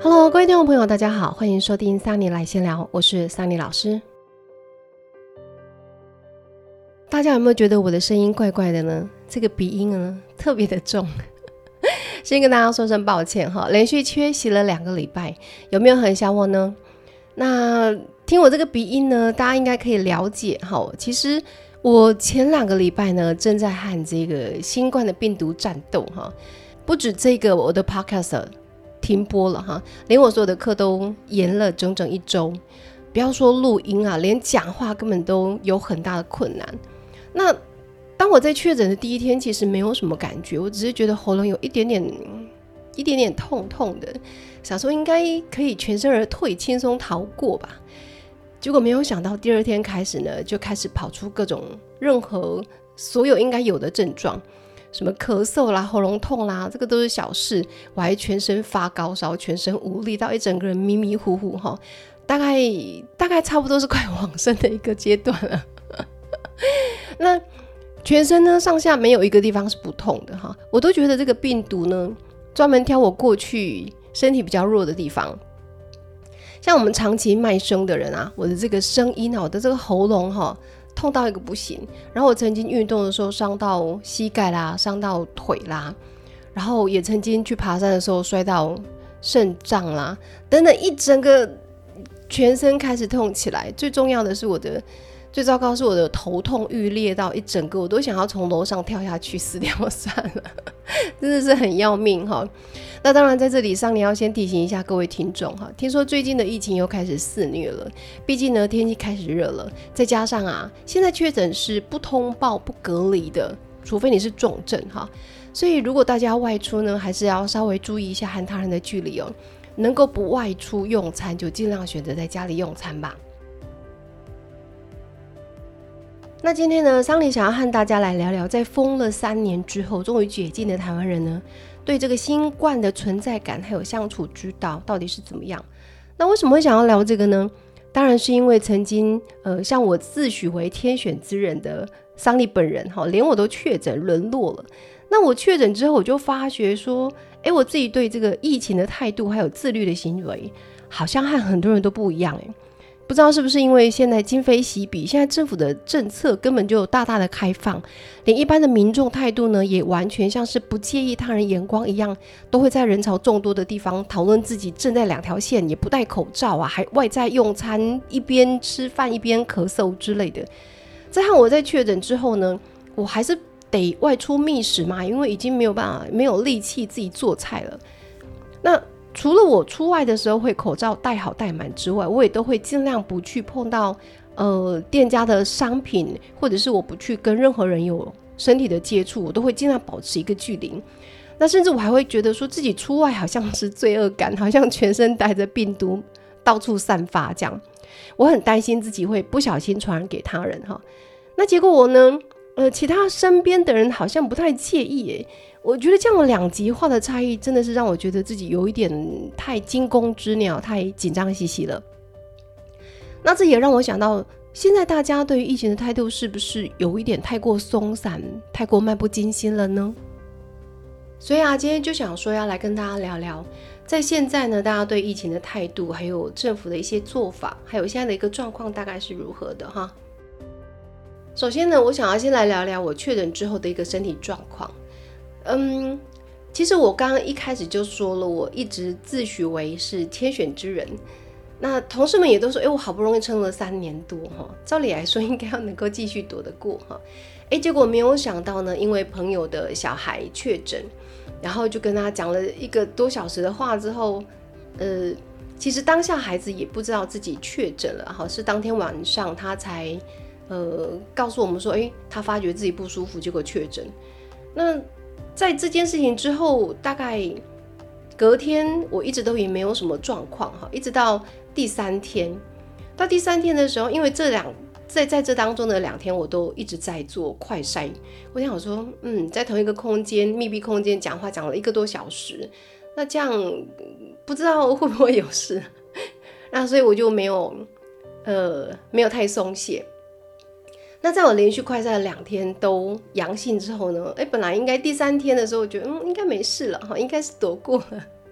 Hello， 各位听众朋友，大家好，欢迎收听桑尼来闲聊，我是桑尼老师。大家有没有觉得我的声音怪怪的呢？这个鼻音呢特别的重，先跟大家说声抱歉哈，连续缺席了2个礼拜，有没有很想我呢？那听我这个鼻音呢，大家应该可以了解哈。其实我前2个礼拜呢，正在和这个新冠的病毒战斗哈。不止这个，我的 podcast 停播了哈，连我所有的课都延了整整1周。不要说录音啊，连讲话根本都有很大的困难。那当我在确诊的第1天，其实没有什么感觉，我只是觉得喉咙有一点点痛痛的，想说应该可以全身而退，轻松逃过吧。结果没有想到第2天开始呢，就开始跑出各种任何所有应该有的症状，什么咳嗽啦、喉咙痛啦，这个都是小事。我还全身发高烧，全身无力到一整个人迷迷糊糊哈，大概差不多是快往生的一个阶段了。那全身呢上下没有一个地方是不痛的哈，我都觉得这个病毒呢专门挑我过去身体比较弱的地方。像我们长期卖声的人啊，我的这个声音啊，我的这个喉咙哈痛到一个不行。然后我曾经运动的时候伤到膝盖啦，伤到腿啦，然后也曾经去爬山的时候摔到肾脏啦，等等，一整个全身开始痛起来。最重要的是最糟糕是我的头痛欲裂到一整个，我都想要从楼上跳下去死掉算了，真的是很要命哈。那当然在这里桑尼要先提醒一下各位听众哈，听说最近的疫情又开始肆虐了，毕竟呢天气开始热了，再加上啊现在确诊是不通报不隔离的，除非你是重症哈，所以如果大家外出呢，还是要稍微注意一下和他人的距离哦，能够不外出用餐就尽量选择在家里用餐吧。那今天呢，桑尼想要和大家来聊聊，在封了3年之后终于解禁的台湾人呢，对这个新冠的存在感还有相处之道到底是怎么样。那为什么会想要聊这个呢？当然是因为曾经像我自诩为天选之人的桑尼本人连我都确诊沦落了。那我确诊之后，我就发觉说我自己对这个疫情的态度还有自律的行为好像和很多人都不一样不知道是不是因为现在今非昔比，现在政府的政策根本就大大的开放，连一般的民众态度呢也完全像是不介意他人眼光一样，都会在人潮众多的地方讨论自己正在2条线，也不戴口罩啊，还外在用餐，一边吃饭一边咳嗽之类的。在和我在确诊之后呢，我还是得外出觅食嘛，因为已经没有力气自己做菜了。那除了我出外的时候会口罩戴好戴满之外，我也都会尽量不去碰到店家的商品，或者是我不去跟任何人有身体的接触，我都会尽量保持一个距离。那甚至我还会觉得说自己出外好像是罪恶感，好像全身带着病毒到处散发这样，我很担心自己会不小心传染给他人哈。那结果我呢其他身边的人好像不太介意我觉得这样2极化的差异真的是让我觉得自己有一点太惊弓之鸟，太紧张兮兮了。那这也让我想到，现在大家对于疫情的态度是不是有一点太过松散，太过漫不经心了呢？所以今天就想说要来跟大家聊聊，在现在呢，大家对疫情的态度，还有政府的一些做法，还有现在的一个状况大概是如何的哈。首先呢，我想要先来聊聊我确诊之后的一个身体状况。其实我刚刚一开始就说了，我一直自诩为是天选之人。那同事们也都说，我好不容易撑了3年多照理来说应该要能够继续躲得过结果没有想到呢，因为朋友的小孩确诊，然后就跟他讲了1个多小时的话之后，其实当下孩子也不知道自己确诊了是当天晚上他才告诉我们说，他发觉自己不舒服，结果确诊。那在这件事情之后，大概隔天我一直都也没有什么状况一直到第3天。到第3天的时候，因为在这当中的2天我都一直在做快筛，我想说在同一个空间密闭空间讲话讲了1个多小时，那这样不知道会不会有事那所以我就没有太松懈。那在我连续快筛了2天都阳性之后呢，本来应该第3天的时候我觉得应该没事了应该是躲过了，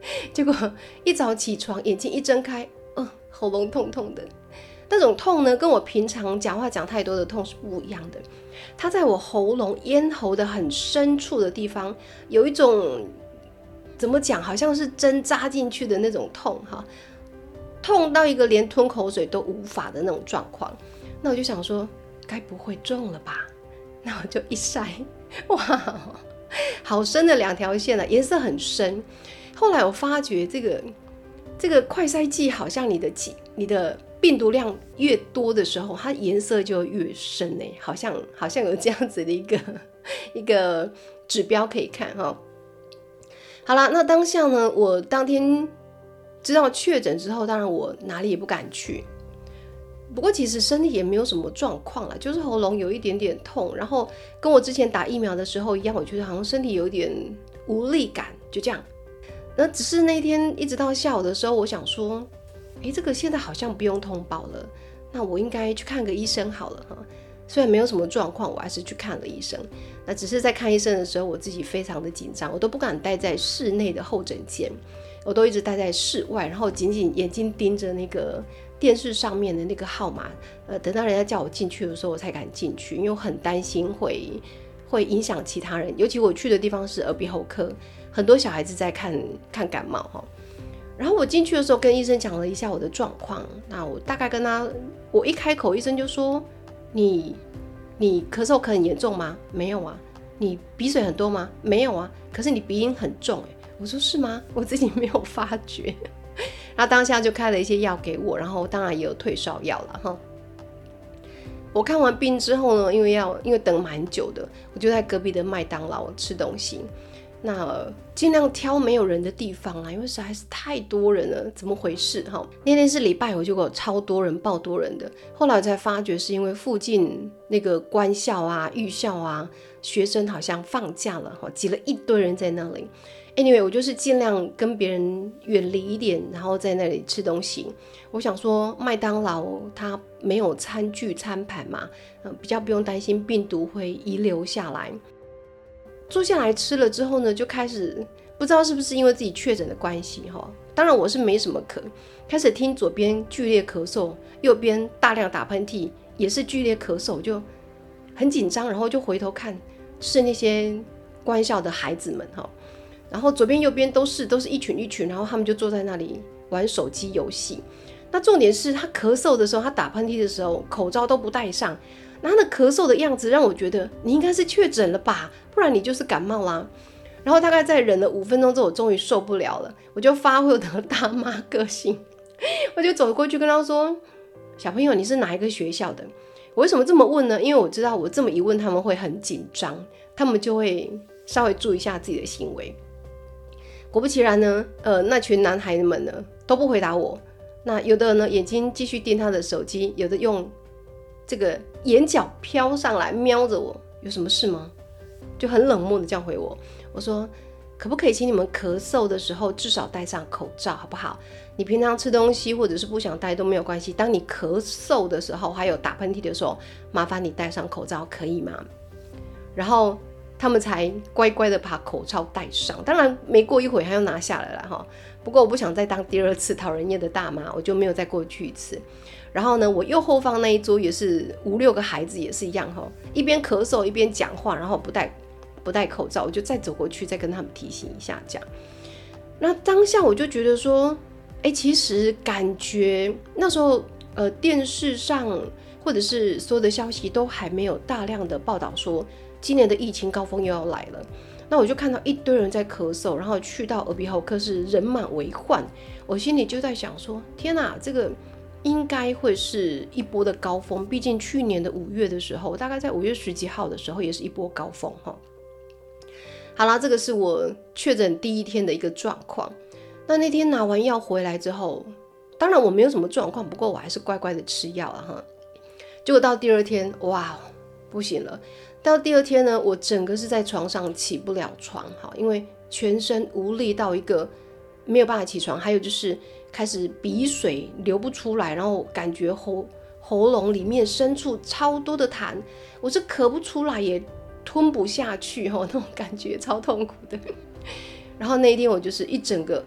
结果一早起床，眼睛一睁开，喉咙痛痛的。那种痛呢，跟我平常讲话讲太多的痛是不一样的。它在我喉咙咽喉的很深处的地方，有一种怎么讲，好像是针扎进去的那种痛哈，痛到一个连吞口水都无法的那种状况。那我就想说，该不会中了吧？那我就一筛，哇，好深的2条线了，颜色很深。后来我发觉这个快筛剂好像你的病毒量越多的时候，它颜色就越深欸，好像有这样子的一个指标可以看哈。好啦，那当下呢，我当天知道确诊之后，当然我哪里也不敢去。不过其实身体也没有什么状况啦，就是喉咙有一点点痛，然后跟我之前打疫苗的时候一样，我觉得好像身体有点无力感，就这样。那只是那天一直到下午的时候，我想说，这个现在好像不用通报了，那我应该去看个医生好了哈。虽然没有什么状况，我还是去看了医生。那只是在看医生的时候，我自己非常的紧张，我都不敢待在室内的候诊间，我都一直待在室外，然后紧紧眼睛盯着那个电视上面的那个号码，等到人家叫我进去的时候，我才敢进去，因为我很担心会影响其他人，尤其我去的地方是耳鼻喉科，很多小孩子在看感冒哈。然后我进去的时候跟医生讲了一下我的状况，那我大概跟他，我一开口，医生就说你咳嗽很严重吗？没有啊。你鼻水很多吗？没有啊。可是你鼻音很重我说是吗？我自己没有发觉。然后当下就开了一些药给我，然后当然也有退烧药了哈。我看完病之后呢，因为等蛮久的，我就在隔壁的麦当劳吃东西。那尽量挑没有人的地方啦，因为实在是太多人了，怎么回事哈？那天是礼拜五，结果超多人，爆多人的。后来我才发觉是因为附近那个官校啊、预校啊，学生好像放假了，挤了一堆人在那里。Anyway， 我就是尽量跟别人远离一点，然后在那里吃东西。我想说，麦当劳它没有餐具餐盘嘛，比较不用担心病毒会遗留下来。坐下来吃了之后呢，就开始不知道是不是因为自己确诊的关系当然我是没什么咳，开始听左边剧烈咳嗽，右边大量打喷嚏，也是剧烈咳嗽，就很紧张，然后就回头看，是那些官校的孩子们然后左边右边都是一群一群，然后他们就坐在那里玩手机游戏。那重点是他咳嗽的时候，他打喷嚏的时候，口罩都不戴上。那他的咳嗽的样子让我觉得你应该是确诊了吧，不然你就是感冒啦。然后大概在忍了5分钟之后，我终于受不了了，我就发挥我的大妈个性，我就走过去跟他说：“小朋友，你是哪一个学校的？”我为什么这么问呢？因为我知道我这么一问他们会很紧张，他们就会稍微注意一下自己的行为。果不其然呢，那群男孩们呢都不回答我。那有的呢眼睛继续盯他的手机，有的用这个眼角飘上来瞄着我，有什么事吗？就很冷漠的这样回我。我说可不可以请你们咳嗽的时候至少戴上口罩好不好？你平常吃东西或者是不想戴都没有关系，当你咳嗽的时候还有打喷嚏的时候，麻烦你戴上口罩可以吗？然后他们才乖乖的把口罩戴上，当然没过一会还要拿下来了哈。不过我不想再当第2次讨人厌的大妈，我就没有再过去一次。然后呢，我右后方那一桌也是5、6个孩子，也是一样哈，一边咳嗽一边讲话，然后不戴口罩，我就再走过去再跟他们提醒一下这样。那当下我就觉得说，其实感觉那时候电视上或者是所有的消息都还没有大量的报道说今年的疫情高峰又要来了。那我就看到一堆人在咳嗽，然后去到耳鼻喉科是人满为患，我心里就在想说，天哪，这个应该会是一波的高峰，毕竟去年的5月的时候，大概在5月10几号的时候也是一波高峰好啦，这个是我确诊第1天的一个状况。那天拿完药回来之后，当然我没有什么状况，不过我还是乖乖的吃药了哈。结果到第2天，哇，不行了。到第2天呢，我整个是在床上起不了床因为全身无力到一个没有办法起床，还有就是开始鼻水流不出来，然后感觉喉咙里面深处超多的痰，我是咳不出来也吞不下去那种感觉超痛苦的。然后那一天我就是一整个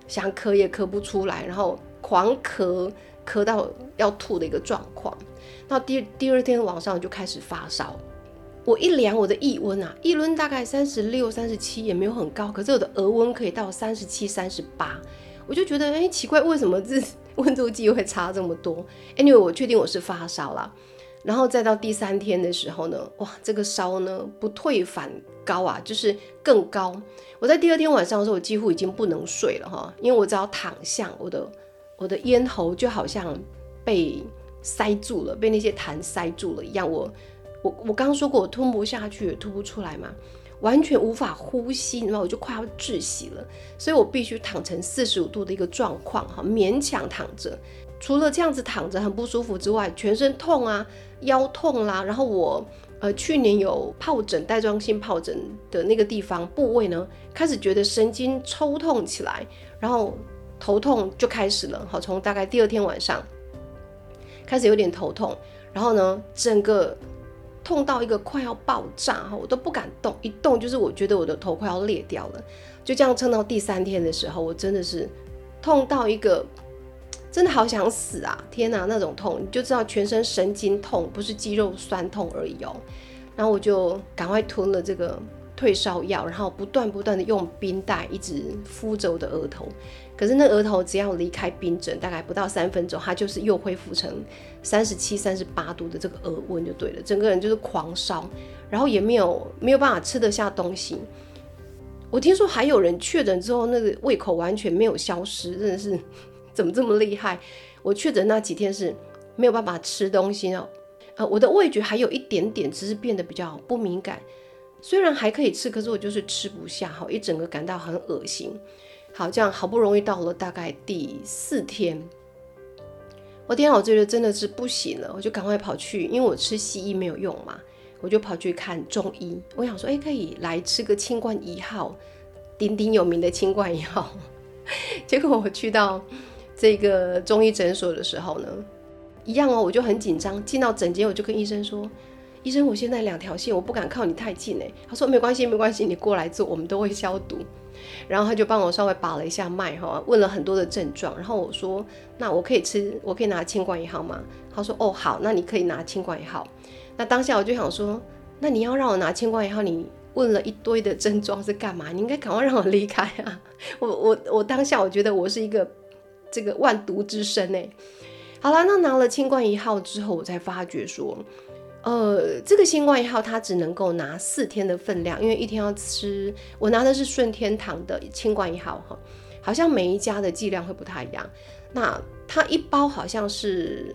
想咳也咳不出来，然后狂咳，咳到要吐的一个状况。那第二天晚上就开始发烧，我一量我的腋温啊，腋温大概36、37也没有很高，可是我的额温可以到37、38，我就觉得奇怪，为什么这温度计会差这么多 ？Anyway， 我确定我是发烧啦。然后再到第3天的时候呢，哇，这个烧呢不退反高啊，就是更高。我在第2天晚上的时候，我几乎已经不能睡了哈，因为我只要躺下，我的咽喉就好像被塞住了，被那些痰塞住了一样。我刚刚说过，我吞不下去，也吐不出来嘛，完全无法呼吸，然后我就快要窒息了，所以我必须躺成45度的一个状况哈，勉强躺着。除了这样子躺着很不舒服之外，全身痛啊，腰痛啦，然后我去年有疱疹，带状性疱疹的那个地方部位呢，开始觉得神经抽痛起来，然后头痛就开始了，好，从大概第2天晚上开始有点头痛，然后呢，整个痛到一个快要爆炸，我都不敢动，一动就是我觉得我的头快要裂掉了。就这样撑到第3天的时候，我真的是痛到一个真的好想死啊！天哪，那种痛你就知道全身神经痛，不是肌肉酸痛而已哦。然后我就赶快吞了这个退烧药，然后不断的用冰袋一直敷着我的额头。可是那额头只要离开冰枕，大概不到3分钟，它就是又恢复成37、38度的这个额温就对了，整个人就是狂烧，然后也没有办法吃得下东西。我听说还有人确诊之后，那个胃口完全没有消失，真的是怎么这么厉害？我确诊那几天是没有办法吃东西哦，我的味觉还有一点点，只是变得比较不敏感。虽然还可以吃，可是我就是吃不下，一整个感到很恶心。好，这样好不容易到了大概第4天，我天啊，我觉得真的是不行了，我就赶快跑去，因为我吃西医没有用嘛，我就跑去看中医。我想说，可以来吃个清冠1号，鼎鼎有名的清冠1号。结果我去到这个中医诊所的时候呢，一样哦，我就很紧张，进到诊间我就跟医生说，医生，我现在2条线，我不敢靠你太近。他说没关系，你过来坐，我们都会消毒。然后他就帮我稍微把了一下脉，问了很多的症状。然后我说，那我可以拿清冠1号吗？他说，哦好，那你可以拿清冠1号。那当下我就想说，那你要让我拿清冠1号，你问了一堆的症状是干嘛？你应该赶快让我离开啊！我当下我觉得我是一个这个万毒之身。好啦，那拿了清冠1号之后，我才发觉说，这个清冠1号它只能够拿4天的分量，因为1天要吃，我拿的是顺天堂的清冠1号，好像每一家的剂量会不太一样。那它一包好像是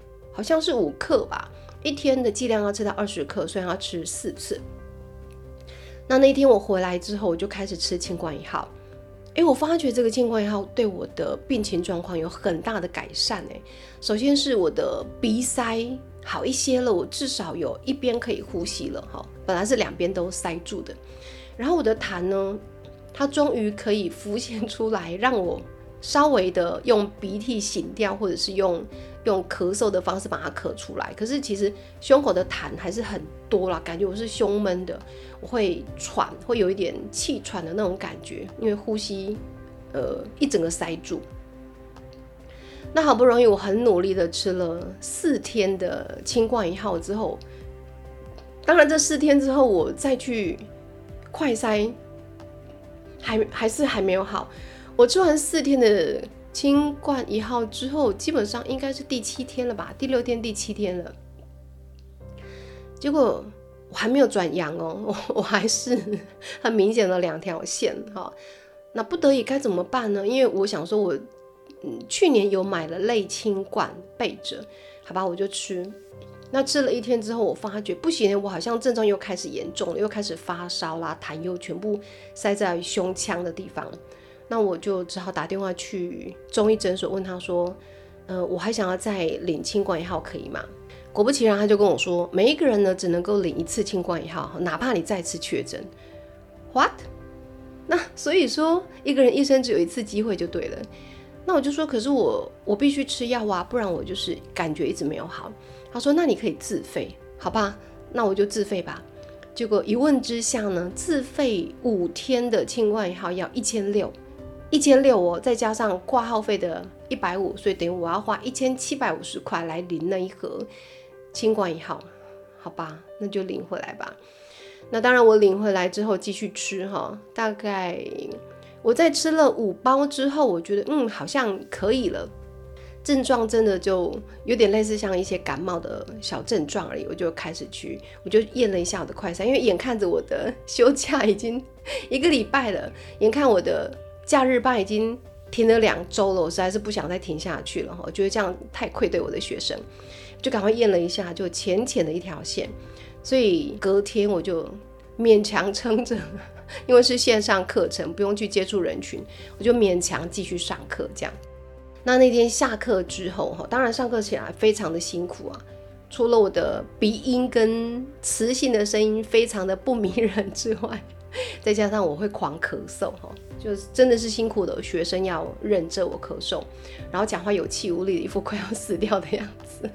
5克吧，1天的剂量要吃到20克，所以要吃4次。那一天我回来之后，我就开始吃清冠1号。我发觉这个清冠1号对我的病情状况有很大的改善。首先是我的鼻塞好一些了，我至少有一边可以呼吸了，本来是2边都塞住的。然后我的痰呢，它终于可以浮现出来，让我稍微的用鼻涕擤掉，或者是用咳嗽的方式把它咳出来。可是其实胸口的痰还是很多啦，感觉我是胸闷的，我会喘，会有一点气喘的那种感觉，因为呼吸一整个塞住。那好不容易我很努力的吃了4天的清冠1号之后，当然这4天之后我再去快筛还没有好。我吃完4天的清冠1号之后，基本上应该是第7天了吧，第6天第7天了。结果我还没有转阳哦，我还是很明显的2条线。那不得已该怎么办呢？因为我想说我去年有买了类清冠备着，好吧，我就吃。那吃了1天之后，我发觉不行，我好像症状又开始严重了，又开始发烧啦，痰又全部塞在胸腔的地方。那我就只好打电话去中医诊所问他说，我还想要再领清冠1号可以吗？果不其然，他就跟我说，每一个人呢只能够领1次清冠1号，哪怕你再次确诊。What？ 那所以说一个人一生只有1次机会就对了。那我就说，可是我必须吃药啊，不然我就是感觉一直没有好。他说，那你可以自费，好吧？那我就自费吧。结果一问之下呢，自费5天的清冠1号要1600， 1600哦，再加上挂号费的150，所以等于我要花1750块来领那一盒清冠1号，好吧，那就领回来吧。那当然我领回来之后继续吃哈，大概我在吃了5包之后，我觉得好像可以了，症状真的就有点类似像一些感冒的小症状而已，我就开始我就验了一下我的快筛，因为眼看着我的休假已经1个礼拜了，眼看我的假日班已经停了2周了，我实在是不想再停下去了，我觉得这样太愧对我的学生，就赶快验了一下，就浅浅的一条线，所以隔天我就勉强撑着，因为是线上课程，不用去接触人群，我就勉强继续上课这样。那天下课之后，当然上课起来非常的辛苦啊，除了我的鼻音跟磁性的声音非常的不迷人之外，再加上我会狂咳嗽，就是真的是辛苦的学生要忍着我咳嗽，然后讲话有气无力的一副快要死掉的样子。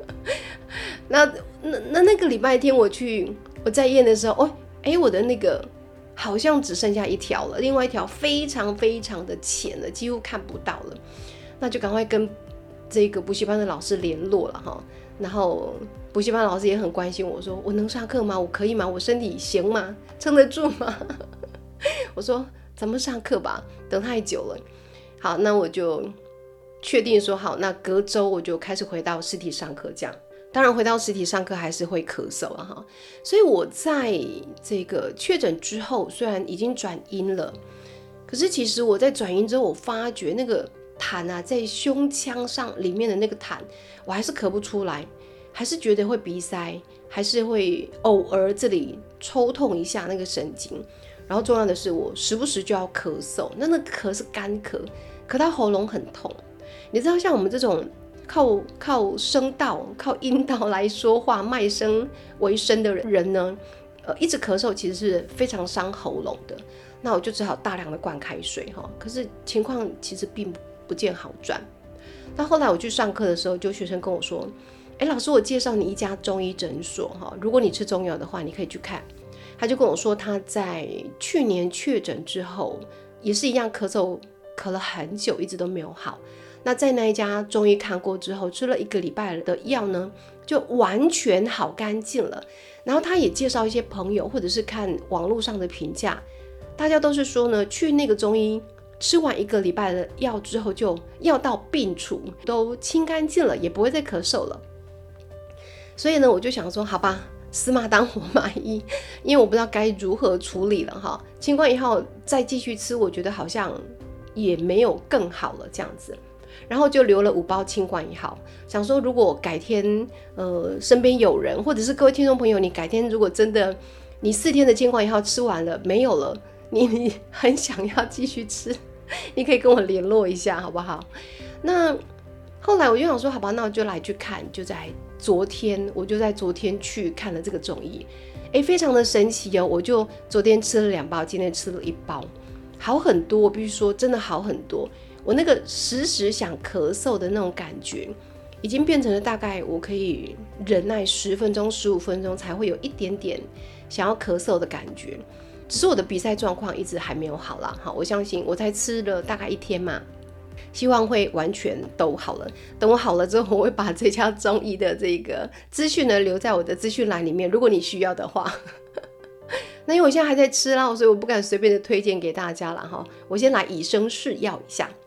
那个礼拜天我在验的时候，我的那个好像只剩下1条了，另外1条非常非常的浅了，几乎看不到了。那就赶快跟这个补习班的老师联络了哈，然后补习班老师也很关心我说，我能上课吗？我可以吗？我身体行吗？撑得住吗？我说咱们上课吧，等太久了。好，那我就确定说好，那隔周我就开始回到实体上课这样。当然回到实体上课还是会咳嗽啊哈，所以我在这个确诊之后，虽然已经转阴了，可是其实我在转阴之后，我发觉那个痰啊，在胸腔上里面的那个痰，我还是咳不出来，还是觉得会鼻塞，还是会偶尔这里抽痛一下那个神经。然后重要的是，我时不时就要咳嗽，那咳是干咳，咳到喉咙很痛。你知道，像我们这种靠声道、靠阴道来说话、卖声为生的人呢，一直咳嗽其实是非常伤喉咙的。那我就只好大量的灌开水哈，可是情况其实并不见好转。那后来我去上课的时候，就学生跟我说：“老师，我介绍你一家中医诊所哈，如果你吃中药的话，你可以去看。”他就跟我说，他在去年确诊之后，也是一样咳嗽，咳了很久，一直都没有好。那在那一家中医看过之后，吃了1个礼拜的药呢，就完全好干净了。然后他也介绍一些朋友，或者是看网络上的评价，大家都是说呢，去那个中医吃完1个礼拜的药之后，就药到病除，都清干净了，也不会再咳嗽了。所以呢，我就想说，好吧，死马当活马医，因为我不知道该如何处理了哈。清冠1号再继续吃，我觉得好像也没有更好了这样子。然后就留了5包清冠1号，想说如果改天身边有人，或者是各位听众朋友，你改天如果真的你4天的清冠1号吃完了没有了，你很想要继续吃，你可以跟我联络一下好不好？那后来我就想说，好吧，那我就来去看，就在昨天去看了这个中医，非常的神奇哦！我就昨天吃了2包，今天吃了1包，好很多，我必须说真的好很多。我那个时想咳嗽的那种感觉，已经变成了大概我可以忍耐10分钟、15分钟才会有一点点想要咳嗽的感觉。只是我的比赛状况一直还没有好啦，好，我相信我才吃了大概1天嘛，希望会完全都好了。等我好了之后，我会把这家中医的这个资讯呢留在我的资讯栏里面，如果你需要的话。那因为我现在还在吃啦，所以我不敢随便的推荐给大家啦哈。我先来以身试药一下。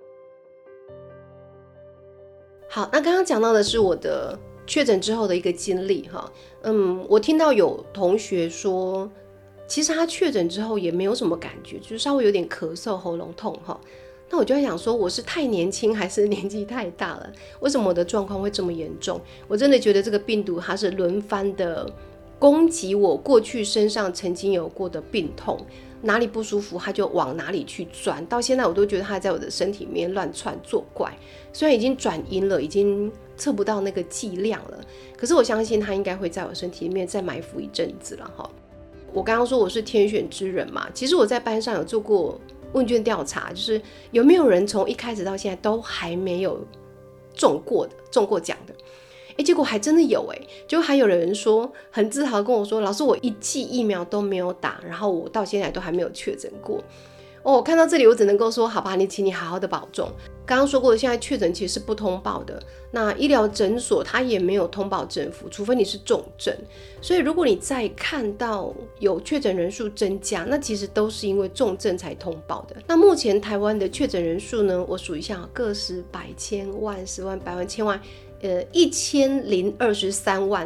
好，那刚刚讲到的是我的确诊之后的一个经历哈。我听到有同学说，其实他确诊之后也没有什么感觉，就是稍微有点咳嗽、喉咙痛哈。那我就在想说，我是太年轻还是年纪太大了？为什么我的状况会这么严重？我真的觉得这个病毒它是轮番的攻击我过去身上曾经有过的病痛，哪里不舒服它就往哪里去钻，到现在我都觉得它在我的身体里面乱窜作怪。虽然已经转阴了，已经测不到那个剂量了，可是我相信它应该会在我身体里面再埋伏一阵子了哈。我刚刚说我是天选之人嘛，其实我在班上有做过问卷调查，就是有没有人从一开始到现在都还没有中过奖的。结果还真的有就还有人说很自豪跟我说，老师我1剂疫苗都没有打，然后我到现在都还没有确诊过。 我看到这里，我只能够说，好吧，请你好好的保重。刚刚说过的，现在确诊其实是不通报的，那医疗诊所它也没有通报政府，除非你是重症。所以如果你再看到有确诊人数增加，那其实都是因为重症才通报的。那目前台湾的确诊人数呢，我数一下，个十百千万十万百万千万，1023万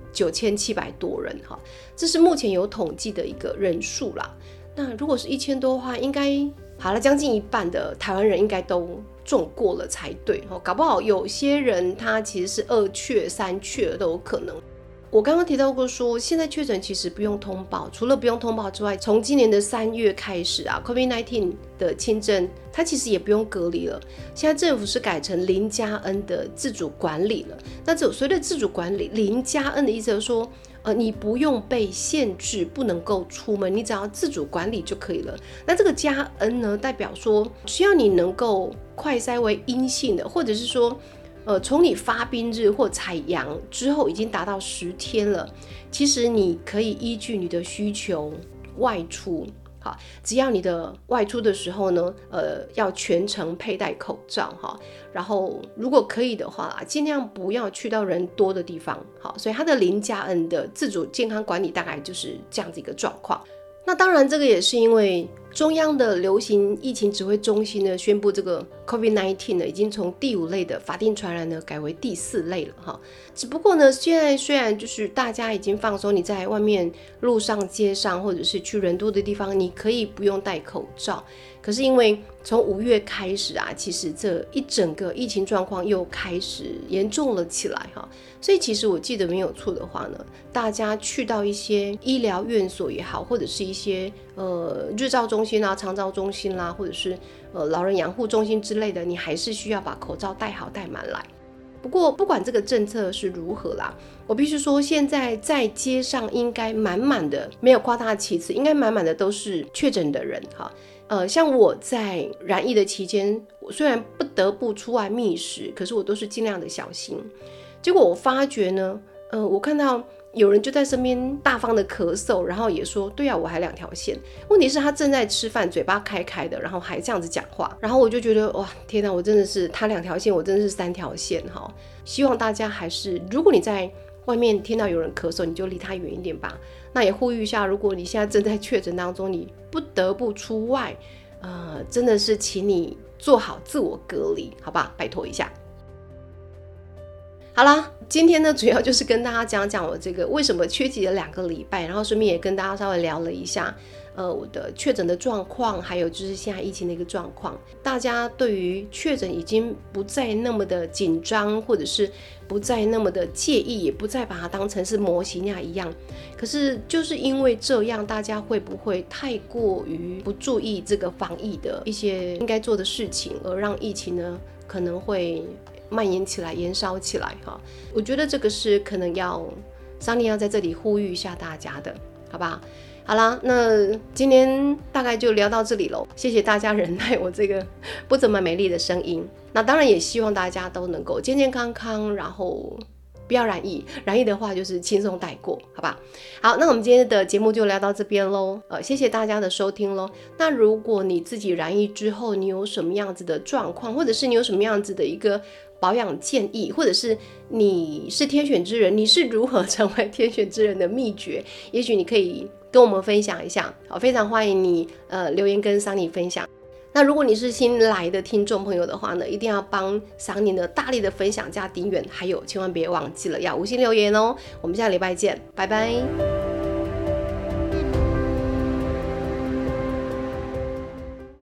9700多人哈，这是目前有统计的一个人数啦。那如果是1000多的话，应该好了，将近一半的台湾人应该都中过了才对，搞不好有些人他其实是2确3确都有可能。我刚刚提到过说，现在确诊其实不用通报，除了不用通报之外，从今年的3月开始啊 ，COVID-19 的轻症它其实也不用隔离了。现在政府是改成0+N 的自主管理了。那所谓的自主管理，0+N 的意思就是说，你不用被限制，不能够出门，你只要自主管理就可以了。那这个加 N 呢，代表说需要你能够快筛为阴性的，或者是说，从你发病日或采阳之后已经达到10天了，其实你可以依据你的需求外出。好，只要你的外出的时候呢，要全程佩戴口罩哈，然后如果可以的话，尽量不要去到人多的地方。好，所以它的0+N 的自主健康管理大概就是这样子一个状况。那当然，这个也是因为中央的流行疫情指挥中心呢宣布，这个 COVID-19 呢已经从第5类的法定传染呢改为第4类了哈。只不过呢，现在虽然就是大家已经放松，你在外面路上、街上或者是去人多的地方，你可以不用戴口罩。可是因为从5月开始啊，其实这一整个疫情状况又开始严重了起来哈。所以其实我记得没有错的话呢，大家去到一些医疗院所也好，或者是一些日照中心啦、长照中心啦，或者是老人养护中心之类的，你还是需要把口罩戴好戴满来。不过不管这个政策是如何啦，我必须说现在在街上应该满满的，没有夸大其词，应该满满的都是确诊的人哈。像我在染疫的期间，我虽然不得不出外觅食，可是我都是尽量的小心。结果我发觉呢，我看到有人就在身边大方的咳嗽，然后也说对啊，我还2条线。问题是他正在吃饭，嘴巴开开的，然后还这样子讲话，然后我就觉得哇，天哪，我真的是他2条线，我真的是3条线哈。希望大家还是，如果你在外面听到有人咳嗽，你就离他远一点吧。那也呼吁一下，如果你现在正在确诊当中，你不得不出外，真的是请你做好自我隔离，好吧，拜托一下。好啦，今天呢主要就是跟大家讲讲我这个为什么缺席了2个礼拜，然后顺便也跟大家稍微聊了一下我的确诊的状况，还有就是现在疫情的一个状况。大家对于确诊已经不再那么的紧张，或者是不再那么的介意，也不再把它当成是模型那一样。可是就是因为这样，大家会不会太过于不注意这个防疫的一些应该做的事情，而让疫情呢可能会蔓延起来、延烧起来哈？我觉得这个是可能桑尼要在这里呼吁一下大家的，好吧？好啦，那今天大概就聊到这里咯，谢谢大家忍耐我这个不怎么美丽的声音。那当然也希望大家都能够健健康康，然后不要染疫，染疫的话就是轻松带过，好吧？好，那我们今天的节目就聊到这边咯，谢谢大家的收听咯。那如果你自己染疫之后，你有什么样子的状况，或者是你有什么样子的一个保养建议，或者是你是天选之人，你是如何成为天选之人的秘诀，也许你可以跟我们分享一下。好，非常欢迎你留言跟桑尼分享。那如果你是新来的听众朋友的话呢，一定要帮桑尼呢大力的分享加订阅，还有千万别忘记了要5星留言哦。我们下礼拜见，拜拜。